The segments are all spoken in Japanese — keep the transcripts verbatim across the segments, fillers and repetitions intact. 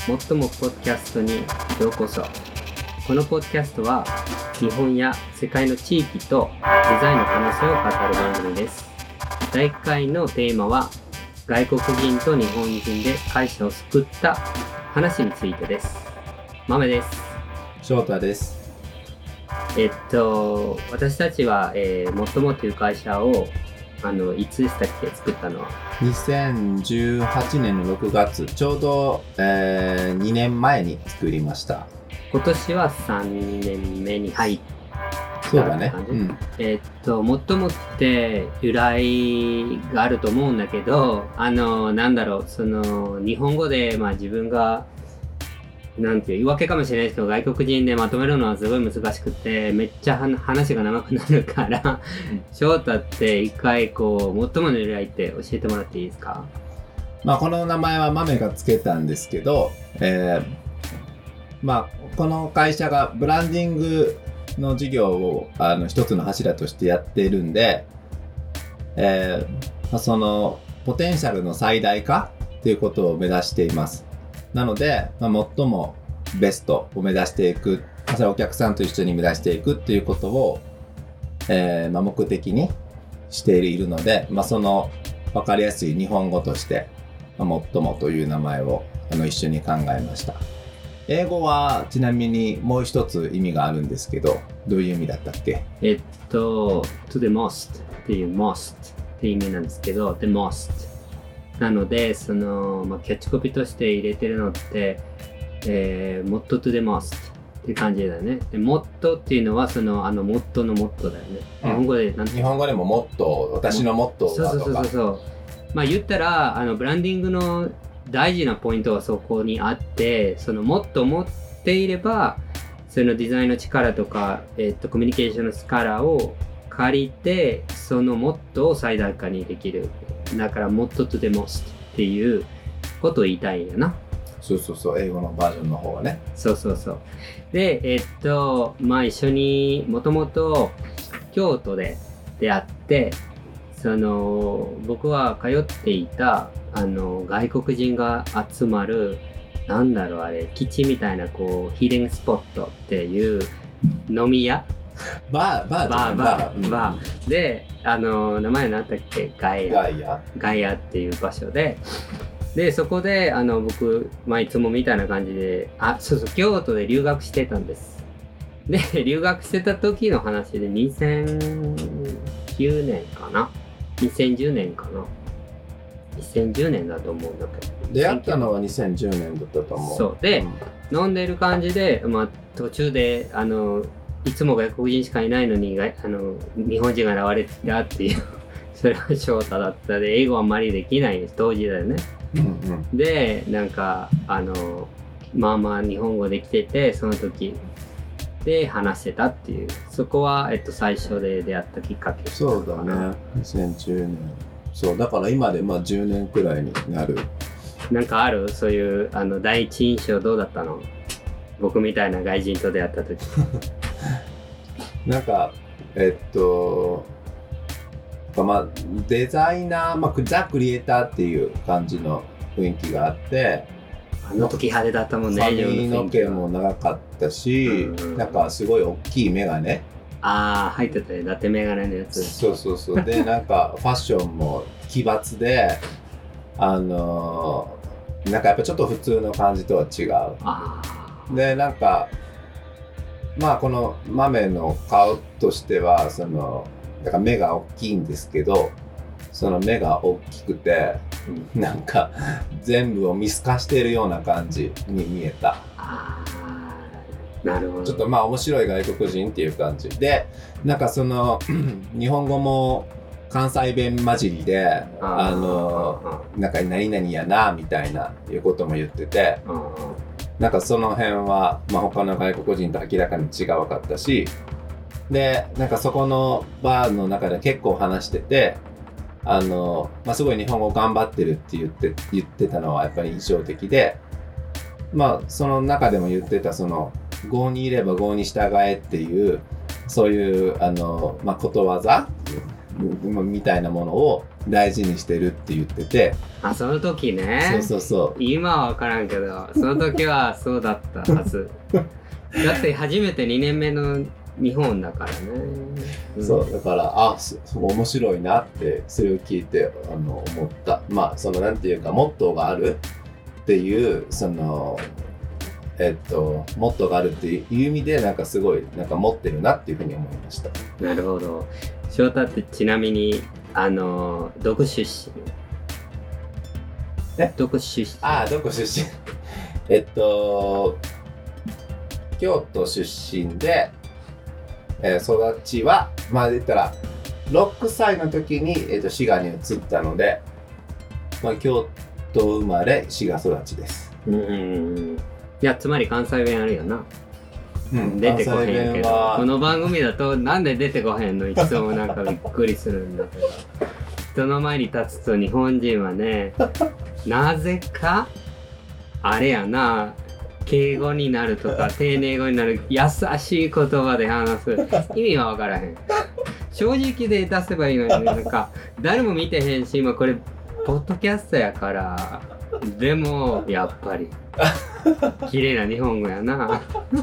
もっともポッドキャストにようこそ。このポッドキャストは日本や世界の地域とデザインの可能性を語る番組です。だいいっかいのテーマは外国人と日本人で会社を救った話についてです。豆です。 翔太です。 えっと私たちは、えー、もっともという会社をあのいつでしたっけ作ったのはにせんじゅうはちねんのろくがつ、ちょうど、えー、にねんまえに作りました。 今年はさんねんめに入ったそうだね、 うん、えー、っともっともって由来があると思うんだけど、あのなんだろう、その日本語で、まあ、自分がなんていう言い訳かもしれないですけど、外国人でまとめるのはすごい難しくて、めっちゃ話が長くなるから翔太って一回こう最もの由来って教えてもらっていいですか？ まあこの名前は豆がつけたんですけど、えー、まあこの会社がブランディングの事業をあの一つの柱としてやっているんで、えー、そのポテンシャルの最大化っていうことを目指しています。なので、まあ、最もベストを目指していく、それお客さんと一緒に目指していくっていうことを、えーまあ、目的にしているので、まあ、その分かりやすい日本語として、まあ、最もという名前をあの一緒に考えました。英語はちなみにもう一つ意味があるんですけど、どういう意味だったっけ？ えっと to the most っていう most っていう意味なんですけど、 the mostなので、その、まあ、キャッチコピーとして入れてるのって、えー、モット to the most っていう感じだよね。で、モットっていうのはそのあのモットのモットだよね。 うん、 日本語でなんて日本語でもモットー、私のモットーはとか。 そうそうそうそう。まあ言ったらあのブランディングの大事なポイントはそこにあって、そのもっと持っていればそのデザインの力とか、えー、っとコミュニケーションの力を借りてそのモットを最大化にできる。だからモット to the most っていうことを言いたいんやな。 そうそうそう、英語のバージョンの方はね。 そうそうそう。で、えー、っとまあ一緒にもともと京都で出会って、その僕は通っていたあの外国人が集まる、なんだろうあれ、基地みたいなこうヒーリングスポットっていう飲み屋バーバーバーバーバーで、あの名前なんだっけ、ガイアガイアガイアっていう場所で、でそこであの僕、まあ、いつもみたいな感じで、あ、そうそう、京都で留学してたんです。で留学してた時の話でにせんきゅうねんかな、にせんじゅうねんかな、にせんじゅうねんだと思うんだけど、 出会ったのはにせんじゅうねんだったと思う。 そうで、うん、飲んでる感じで、まあ、途中であのいつも外国人しかいないのにあの日本人が現れてたっていうそれは翔太だったで、英語あんまりできない当時だよね、 うんうん、 でなんかあのまあまあ日本語できてて、その時で話してたっていう、そこは、えっと、最初で出会ったきっかけ。 そうだね、にせんじゅうねん。そうだから今でまあじゅうねんくらいになる。 なんかある？そういうあの第一印象どうだったの？僕みたいな外人と出会った時なんかえっとまあデザイナー、まあ、ザ・クリエイターっていう感じの雰囲気があって、 あの時派手だったもんね。 髪の毛も長かったし、うん、なんかすごい大きいメガネ、 ああ入ってたね、伊達メガネのやつ。 そうそうそうでなんかファッションも奇抜で、あのー、なんかやっぱちょっと普通の感じとは違う。 あでなんかまあこの豆の顔としてはそのだから目が大きいんですけど、その目が大きくて、うん、なんか全部を見透かしているような感じに見えた。 あー、なるほど。 ちょっとまあ面白い外国人っていう感じで、なんかその日本語も関西弁混じりで、あのなんか何々やなみたいないうことも言ってて、なんかその辺は、まあ、他の外国人と明らかに違かったし、でなんかそこのバーの中で結構話してて、あの、まあ、すごい日本語頑張ってるって言って言ってたのはやっぱり印象的で、まあその中でも言ってたその郷にいれば郷に従えっていうそういうあの、まあ、ことわざみたいなものを大事にしてるって言ってて、 あ、その時ね。 そうそうそう。 今は分からんけど、その時はそうだったはず。だって初めてにねんめの日本だからね。 うん、そうだからあす面白いなってそれを聞いてあの思った。まあそのなんていうかモットーがあるっていうそのえっとモットーがあるっていう意味でなんかすごいなんか持ってるなっていうふうに思いました。 なるほど。翔太ってちなみにあのどこ出身？ え？ どこ出身？ ああどこ出身？えっと京都出身で。えー、育ちはまあ言ったらろくさいの時に、えー、と滋賀に移ったので、まあ、京都生まれ滋賀育ちです。 うん。いやつまり関西弁あるよな。 うん、 出てこへんけどこの番組だとなんで出てこへんのいつもなんかびっくりするんだけど人の前に立つと日本人はねなぜかあれやな敬語になるとか丁寧語になる優しい言葉で話す意味は分からへん。正直で出せばいいのに、ね、なんか誰も見てへんし今これポッドキャストやからでもやっぱり綺麗な日本語やな。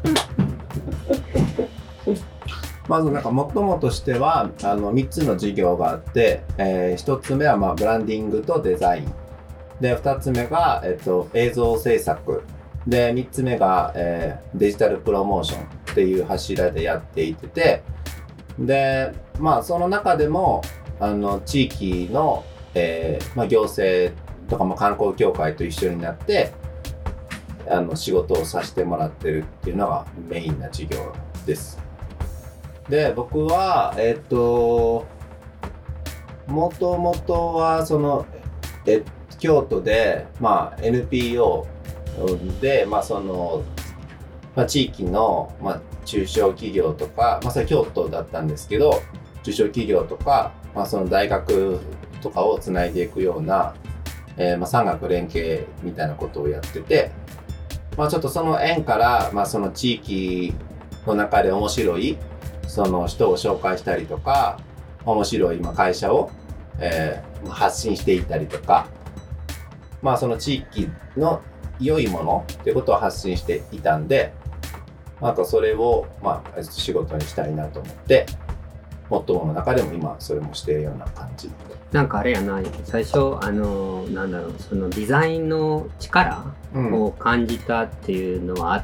まずなんかもともとしてはあのみっつの授業があって、えー、ひとつめはまあブランディングとデザインでふたつめが、えっと、映像制作でみっつめが、えー、デジタルプロモーションっていう柱でやっていててでまあその中でもあの地域の、えーまあ、行政とかも観光協会と一緒になってあの仕事をさせてもらってるっていうのがメインな授業です。で僕はえっともともとはそのえ京都で、まあ、エヌピーオーで、まあそのまあ、地域の、まあ、中小企業とか、まあ、それ京都だったんですけど中小企業とか、まあ、その大学とかをつないでいくような、えーまあ、産学連携みたいなことをやってて、まあ、ちょっとその縁から、まあ、その地域の中で面白いその人を紹介したりとか面白い今会社を、えー、発信していったりとか、まあ、その地域の良いものっていうことを発信していたんで、なんかそれを、まあ、仕事にしたいなと思って、モットーの中でも今それもしているような感じ。 なんかあれやな、最初あのなんだろうそのデザインの力を感じたっていうのはあって、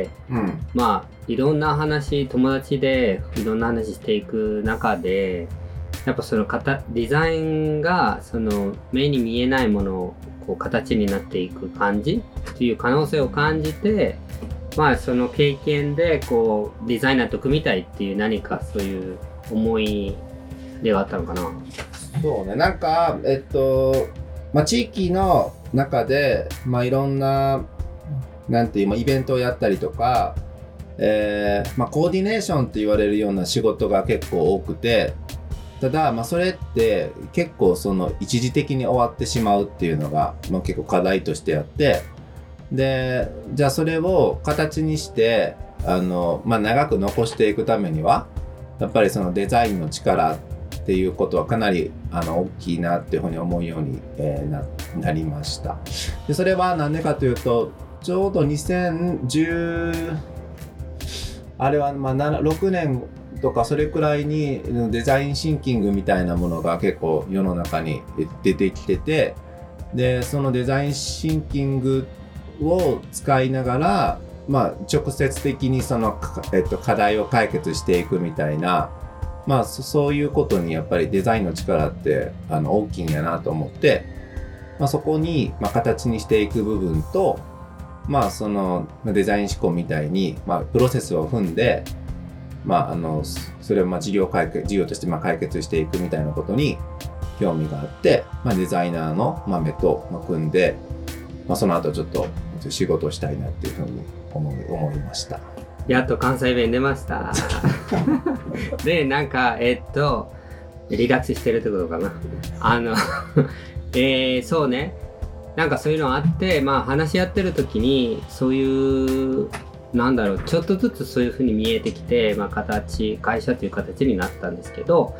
うん、まあいろんな話友達でいろんな話していく中で。やっぱそのデザインがその目に見えないものをこう形になっていく感じっていう可能性を感じて、まあその経験でこうデザイナーと組みたいっていう何かそういう思いではあったのかな。 そうね、なんかえっと、まあ、地域の中で、まあ、いろんななんていう、まあ、イベントをやったりとか、えーまあ、コーディネーションって言われるような仕事が結構多くて。ただ、まあ、それって結構その一時的に終わってしまうっていうのが、まあ、結構課題としてあってでじゃあそれを形にしてあの、まあ、長く残していくためにはやっぱりそのデザインの力っていうことはかなりあの大きいなっていうふうに思うように、えー、な, なりました。でそれは何でかというとちょうどにせんじゅうあれはまあろくねんとかそれくらいにデザインシンキングみたいなものが結構世の中に出てきててでそのデザインシンキングを使いながら、まあ、直接的にその、えっと、課題を解決していくみたいな、まあ、そ, そういうことにやっぱりデザインの力ってあの大きいんやなと思って、まあ、そこに、まあ、形にしていく部分と、まあ、そのデザイン思考みたいに、まあ、プロセスを踏んでまあ、あのそれをまあ事業解決事業としてまあ解決していくみたいなことに興味があって、まあ、デザイナーの豆とまあ組んで、まあ、その後ちょっと仕事をしたいなっていうふうに思い、思いました。 やっと関西弁出ましたでなんかえっと離脱してるってことかなあのえー、そうねなんかそういうのあってまあ話し合ってる時にそういうなんだろうちょっとずつそういう風に見えてきて、まあ、形会社という形になったんですけど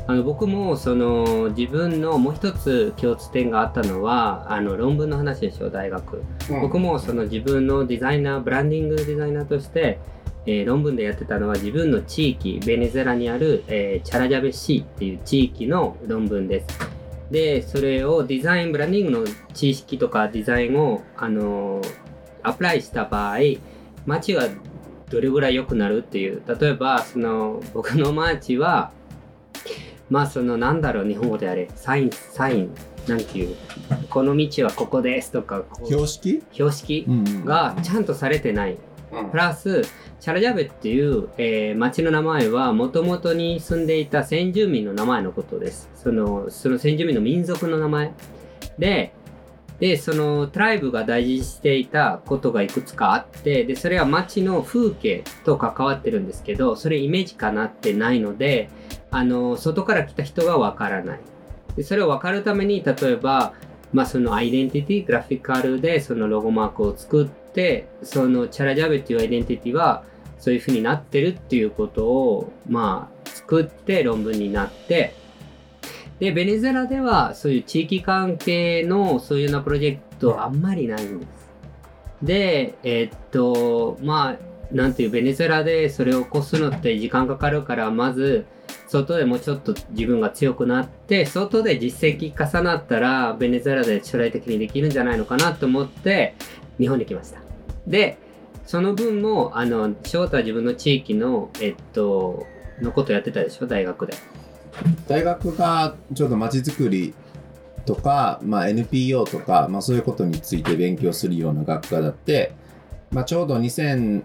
あの僕もその自分のもう一つ共通点があったのはあの論文の話でしょ大学、うん、僕もその自分のデザイナーブランディングデザイナーとして、えー、論文でやってたのは自分の地域ベネズエラにある、えー、チャラジャベ市っていう地域の論文です。でそれをデザインブランディングの知識とかデザインをあのアプライした場合街がどれぐらい良くなるっていう例えばその僕の街はまあそのなんだろう日本語であれサインサインなんていうこの道はここですとか標識標識がちゃんとされてない、うん、プラスチャラジャベっていう、えー、町の名前はもともとに住んでいた先住民の名前のことです。そのその先住民の民族の名前ででそのトライブが大事にしていたことがいくつかあってでそれは町の風景と関わってるんですけどそれイメージかなってないのであの外から来た人がわからないでそれを分かるために例えば、まあ、そのアイデンティティグラフィカルでそのロゴマークを作ってそのチャラジャベっていうアイデンティティはそういう風になってるっていうことをまあ作って論文になってでベネズエラではそういう地域関係のそういうようなプロジェクトあんまりないんです。でえー、っとまあなんていうベネズエラでそれを起こすのって時間かかるからまず外でもうちょっと自分が強くなって外で実績重なったらベネズエラで将来的にできるんじゃないのかなと思って日本に来ました。でその分もあの翔太は自分の地域のえっとのことやってたでしょ大学で。 大学がちょうど街づくりとか、まあ、エヌピーオー とか、まあ、そういうことについて勉強するような学科だって、まあ、ちょうどにせん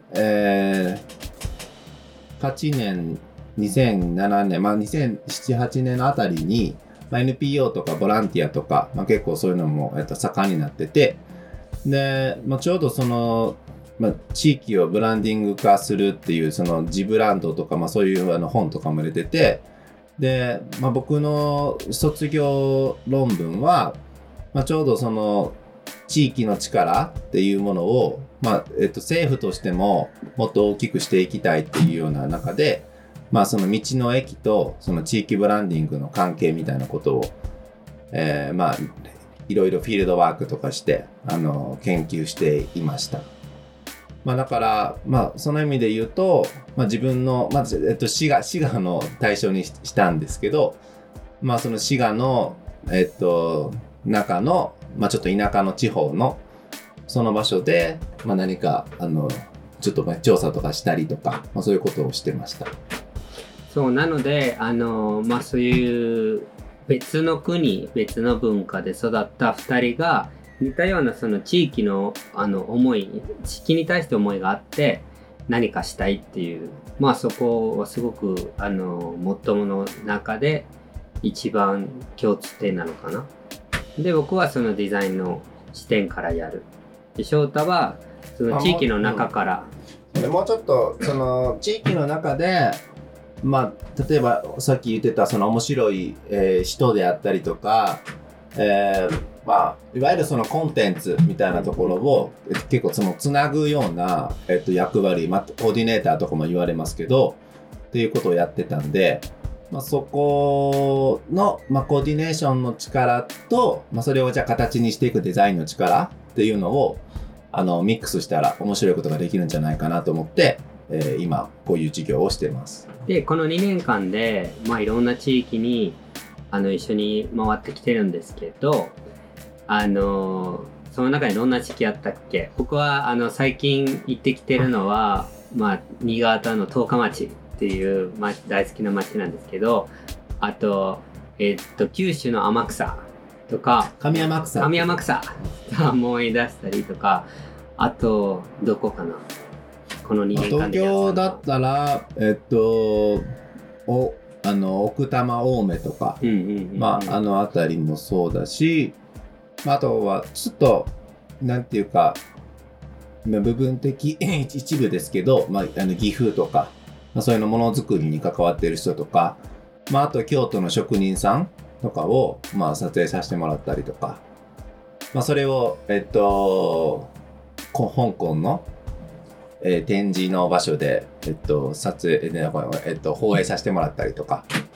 はちねんにせんななねん、まあ、にせんなな、はちねんのあたりに、まあ、エヌピーオー とかボランティアとか、まあ、結構そういうのも、えっと、盛んになっててで、まあ、ちょうどその、まあ、地域をブランディング化するっていうそのジブランドとか、まあ、そういうあの本とかも出ててで、まあ、僕の卒業論文は、まあ、ちょうどその地域の力っていうものを、まあえっと、政府としてももっと大きくしていきたいっていうような中で、まあ、その道の駅とその地域ブランディングの関係みたいなことを、えー、まあいろいろフィールドワークとかしてあの研究していました。まあ、だから、まあ、その意味で言うと、まあ、自分の、まず、えっと、滋賀、滋賀の対象にしたんですけど、まあ、その滋賀の、えっと、中の、まあ、ちょっと田舎の地方の、その場所で、まあ、何か、あの、ちょっと調査とかしたりとか、まあ、そういうことをしてました。 そう、なので、あの、まあ、そういう別の国、別の文化で育ったふたりが、似たようなその地域のあの思い、地域に対して思いがあって何かしたいっていう、まあそこはすごくあの最もの中で一番共通点なのかな。で、僕はそのデザインの視点からやる。で、翔太はその地域の中から。 もう、うん、もうちょっとその地域の中で、まあ例えばさっき言ってたその面白い、えー、人であったりとか、えーまあ、いわゆるそのコンテンツみたいなところを結構そのつなぐような、えっと、役割、まあ、コーディネーターとかも言われますけどっていうことをやってたんで、まあ、そこの、まあ、コーディネーションの力と、まあ、それをじゃあ形にしていくデザインの力っていうのをあのミックスしたら面白いことができるんじゃないかなと思って、えー、今こういう授業をしてます。 でこのにねんかんで、まあ、いろんな地域にあの一緒に回ってきてるんですけどあのその中にどんな地域あったっけ。僕はあの最近行ってきてるのは、まあ、新潟の十日町っていう町大好きな町なんですけどあと、えっと九州の天草とか上天草上天草と思い出したりとかあとどこかなこのにねんかんで東京だったらえっとおあの奥多摩青梅とか、うんうんうんうん、まああの辺りもそうだしあとはちょっとなんていうか部分的一部ですけど、まあ、あの岐阜とか、まあ、そういうのものづくりに関わっている人とか、まあ、あと京都の職人さんとかを、まあ、撮影させてもらったりとか、まあ、それをえっと香港の、えー、展示の場所で、えっと、撮影、えっと、放映させてもらったりとか、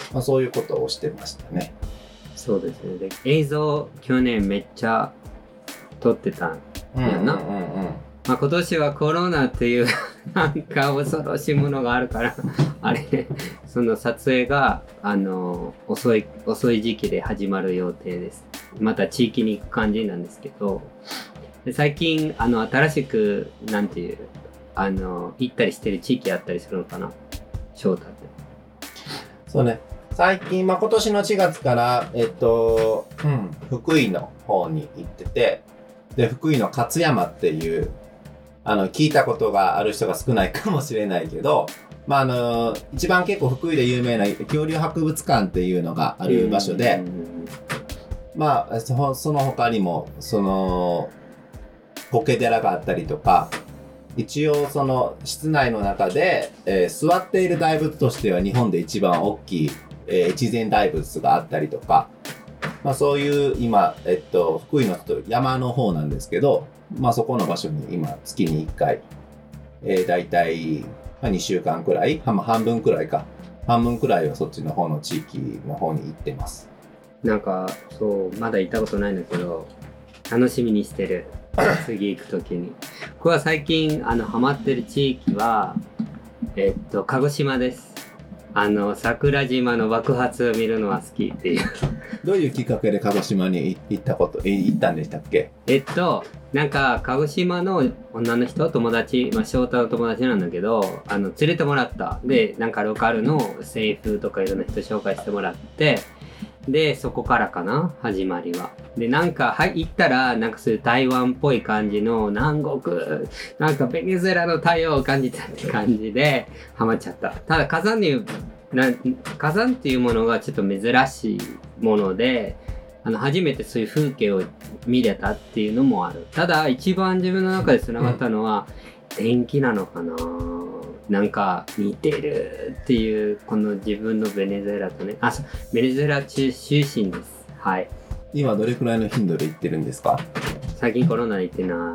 まあ、そういうことをしてましたね。 そうですね。で映像去年めっちゃ撮ってたんやな。 うんうんうんうん、 まあ、今年はコロナっていうなんか恐ろしいものがあるからあれその撮影があの遅い遅い時期で始まる予定です。また地域に行く感じなんですけど、で最近あの新しくなんていうあの行ったりしてる地域あったりするのかな、翔太って。 そうね、最近、まあ、今年のしがつからえっと、うん、福井の方に行ってて、で福井の勝山っていうあの聞いたことがある人が少ないかもしれないけど、まああの一番結構福井で有名な恐竜博物館っていうのがある場所で、まあそ, その他にもその苔寺があったりとか、一応その室内の中で、えー、座っている大仏としては日本で一番大きい、えー、越前大仏があったりとか、まあ、そういう今、えっと、福井の山の方なんですけど、まあ、そこの場所に今月にいっかい、えー、大体、まあ、にしゅうかんくらい、半分くらいか半分くらいはそっちの方の地域の方に行ってます。 なんかそうまだ行ったことないんだけど楽しみにしてる次行くときに。僕は最近あのハマってる地域はえっと鹿児島です。あの桜島の爆発を見るのは好きっていうどういうきっかけで鹿児島に行ったこと行ったんでしたっけ？ えっとなんか鹿児島の女の人友達、まあ翔太の友達なんだけど、あの連れてもらった。でなんかローカルのセーフとかいろんな人紹介してもらって、でそこからかな始まりは。でなんか、はい、行ったらなんかそういう台湾っぽい感じの南国なんかベネズエラの太陽を感じたって感じでハマっちゃった。ただ火山にな火山っていうものがちょっと珍しいもので、あの初めてそういう風景を見れたっていうのもある。ただ一番自分の中でつながったのは天気なのかな。なんか似てるっていうこの自分のベネズエラとね、あ、そうベネズエラ出身です。はい。 今どれくらいの頻度で行ってるんですか？ 最近コロナで行ってない。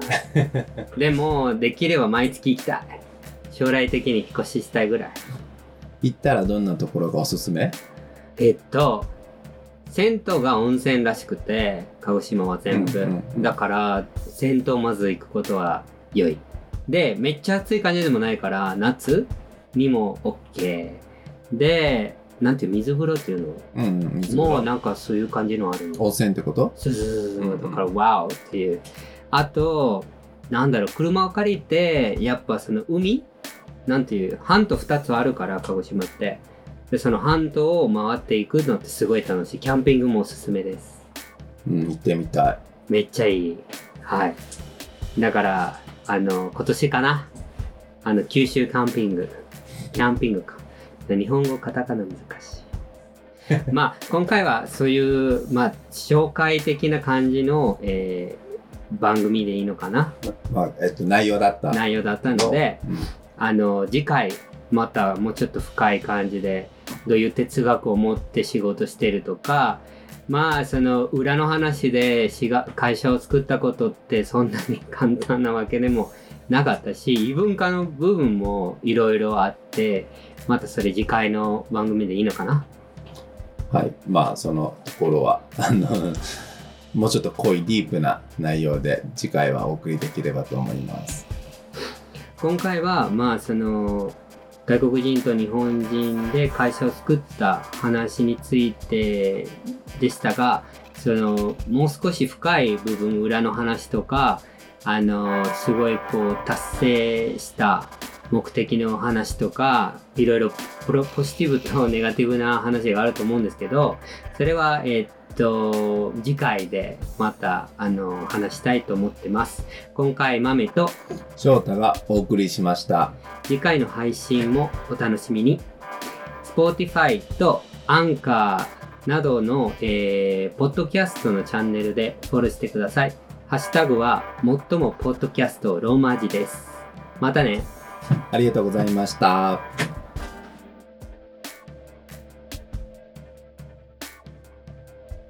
でもできれば毎月行きたい。将来的に引っ越ししたいぐらい。 行ったらどんなところがおすすめ？ えっと銭湯が温泉らしくて鹿児島は全部、うんうんうん、だから銭湯まず行くことは良い。でめっちゃ暑い感じでもないから夏にも OK で、なんていう水風呂っていうの、うん、水風呂もうなんかそういう感じのあるの。 温泉ってこと？ そうそうそう、だからワオっていう。あとなんだろう、車を借りてやっぱその海なんていう半島ふたつあるから鹿児島って、でその半島を回っていくのってすごい楽しい。キャンピングもおすすめです。 うん、行ってみたい。 めっちゃいい。はい。だからあの今年かな、あの九州キャンピングキャンピングか、日本語カタカナ難しいまあ今回はそういうまあ紹介的な感じの、えー、番組でいいのかな、 まあえっと、内容だった内容だったので、うん、あの次回またもうちょっと深い感じでどういう哲学を持って仕事してるとか、まあその裏の話で会社を作ったことってそんなに簡単なわけでもなかったし、異文化の部分もいろいろあって、またそれ次回の番組でいいのかな。 はい、まあそのところはあのもうちょっと濃いディープな内容で次回はお送りできればと思います。 今回はまあその外国人と日本人で会社を作った話についてでしたが、そのもう少し深い部分、裏の話とか、あのすごいこう達成した目的の話とか、いろいろポロポジティブとネガティブな話があると思うんですけど、それはえー、っと次回でまたあの話したいと思ってます。今回豆と翔太がお送りしました。 次回の配信もお楽しみに。 Spotify と Anchor などの、えー、ポッドキャストのチャンネルでフォローしてください。ハッシュタグはもっともポッドキャストローマ字です。またね。 ありがとうございました。